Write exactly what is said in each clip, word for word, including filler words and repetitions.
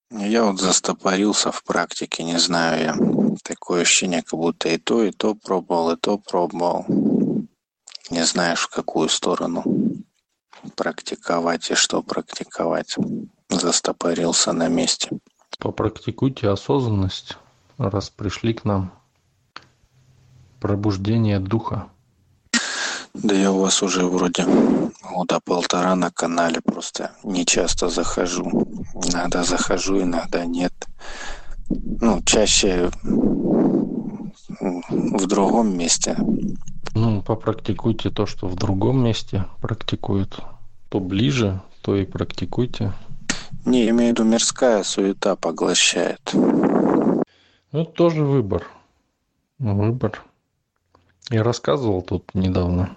Я вот застопорился в практике, не знаю я. Такое ощущение, как будто и то, и то пробовал, и то пробовал. Не знаешь, в какую сторону практиковать и что практиковать. Застопорился на месте. Попрактикуйте осознанность, раз пришли к нам. Пробуждение духа. Да я у вас уже вроде года полтора на канале, просто не часто захожу. Иногда захожу, иногда нет. Ну, чаще в другом месте. Ну, попрактикуйте то, что в другом месте практикуют. То ближе, то и практикуйте. Не, имею в виду, мирская суета поглощает. Ну, это тоже выбор. Выбор. Я рассказывал тут недавно,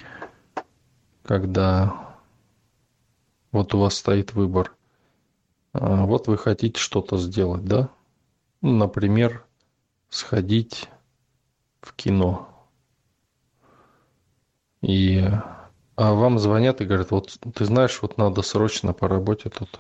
когда вот у вас стоит выбор. А, Вот вы хотите что-то сделать, да? Ну, например, сходить в кино. И а вам звонят и говорят, вот ты знаешь, вот надо срочно по работе тут.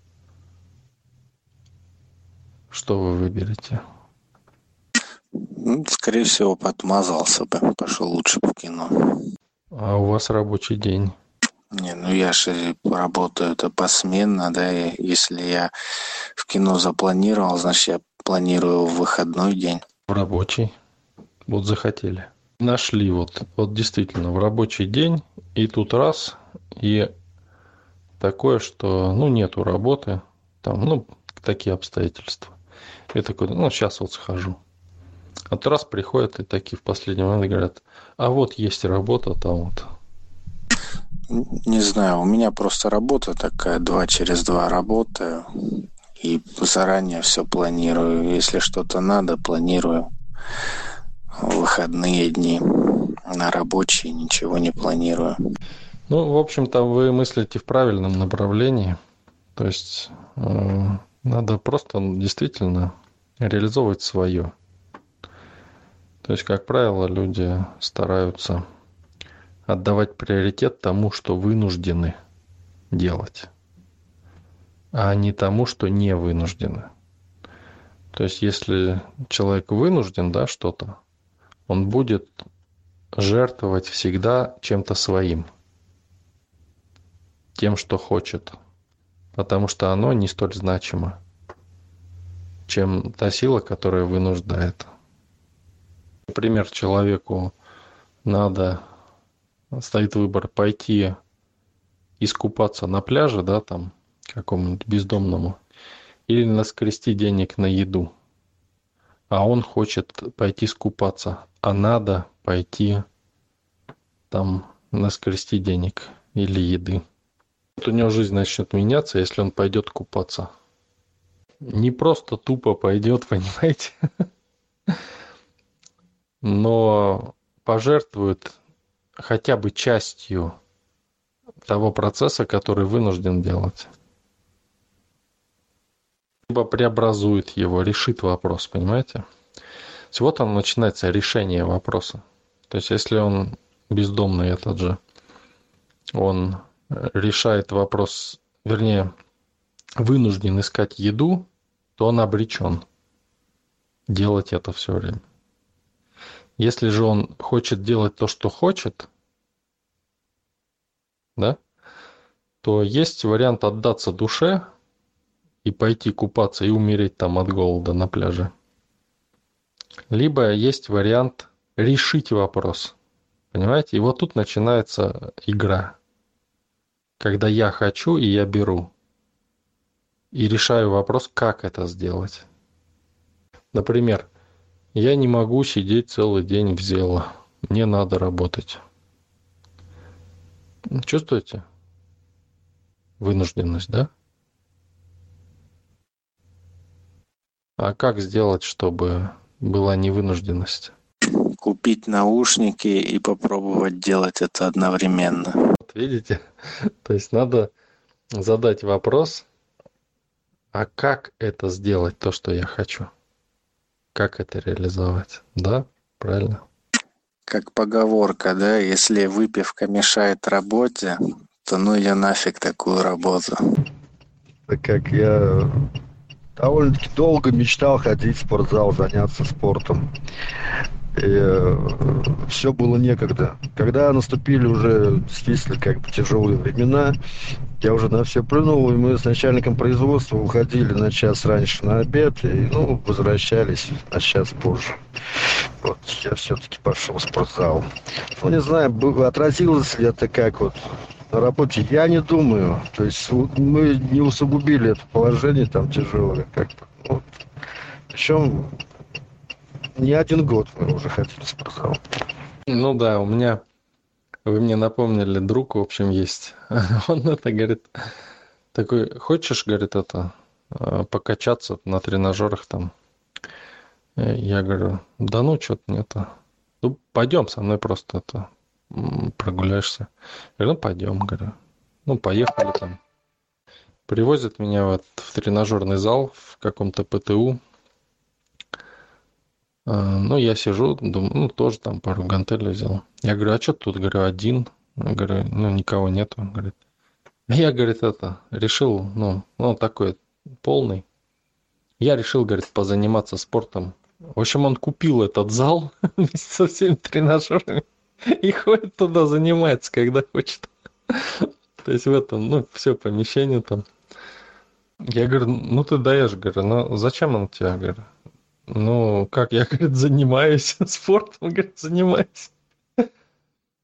Что вы выберете? Ну, скорее всего, подмазался бы. Пошел лучше в кино. А у вас рабочий день. Не, ну я же работаю это посменно, да, и если я в кино запланировал, значит, я планирую в выходной день. В рабочий. Вот захотели. Нашли вот, вот действительно в рабочий день, и тут раз, и такое, что, ну, нету работы, там, ну, такие обстоятельства. Я такой, ну, сейчас вот схожу. А то раз приходят и такие в последний момент говорят, а вот есть работа там вот. Не знаю, у меня просто работа такая, два через два работаю, и заранее все планирую. Если что-то надо, планирую в выходные дни. На рабочие ничего не планирую. Ну, в общем-то, вы мыслите в правильном направлении. То есть э, надо просто действительно реализовывать свое. То есть, как правило, люди стараются отдавать приоритет тому, что вынуждены делать, а не тому, что не вынуждены. То есть, если человек вынужден, да, что-то, он будет жертвовать всегда чем-то своим, тем, что хочет, потому что оно не столь значимо, чем та сила, которая вынуждает. Например, человеку надо, стоит выбор пойти искупаться на пляже, да, там, какому-нибудь бездомному, или наскрести денег на еду. А он хочет пойти скупаться, а надо пойти там наскрести денег или еды. Вот у него жизнь начнет меняться, если он пойдет купаться. Не просто тупо пойдет, понимаете, но пожертвует хотя бы частью того процесса, который вынужден делать. Либо преобразует его, решит вопрос, понимаете? То есть вот он начинается решение вопроса. То есть если он бездомный этот же, он решает вопрос, вернее, вынужден искать еду, то он обречен делать это все время. Если же он хочет делать то, что хочет, да, то есть вариант отдаться душе и пойти купаться и умереть там от голода на пляже. Либо есть вариант решить вопрос. Понимаете? И вот тут начинается игра. Когда я хочу, и я беру. И решаю вопрос, как это сделать. Например, я не могу сидеть целый день в зело. Мне надо работать. Чувствуете? Вынужденность, да? А как сделать, чтобы была невынужденность? Купить наушники и попробовать делать это одновременно. Вот видите? То есть надо задать вопрос, а как это сделать, то, что я хочу? Как это реализовать? Да, правильно. Как поговорка, да, если выпивка мешает работе, то ну я нафиг такую работу. Так как я довольно-таки долго мечтал ходить в спортзал, заняться спортом. И все было некогда. Когда наступили уже действительно как бы тяжелые времена, я уже на все плюнул, и мы с начальником производства уходили на час раньше на обед, и, ну, возвращались на час позже. Вот, я все-таки пошел в спортзал. Ну, не знаю, отразилось ли это как вот на работе, я не думаю. То есть мы не усугубили это положение там тяжелое. Как бы, вот. Причем не один год мы уже ходили в спортзал. Ну да, у меня, вы мне напомнили, друг, в общем, есть. Он это говорит, такой, хочешь, говорит, это, покачаться на тренажерах там? Я говорю, да ну, что-то нет. Ну, пойдем со мной просто это, прогуляешься. Я говорю, ну, пойдем, говорю. Ну, поехали там. Привозят меня вот в тренажерный зал в каком-то ПТУ. Ну, я сижу, думаю, ну, тоже там пару гантелей взял. Я говорю, а что ты тут? Говорю, один. Я говорю, ну, никого нету. Он говорит, я, говорит, это, решил, ну, ну, такой полный. Я решил, говорит, позаниматься спортом. В общем, он купил этот зал вместе со всеми тренажерами и ходит туда, занимается, когда хочет. То есть в этом, ну, все помещение там. Я говорю, ну, ты даешь, говорю, ну, зачем он тебе, говорю? Ну, как, я, говорит, занимаюсь спортом, говорит, занимаюсь.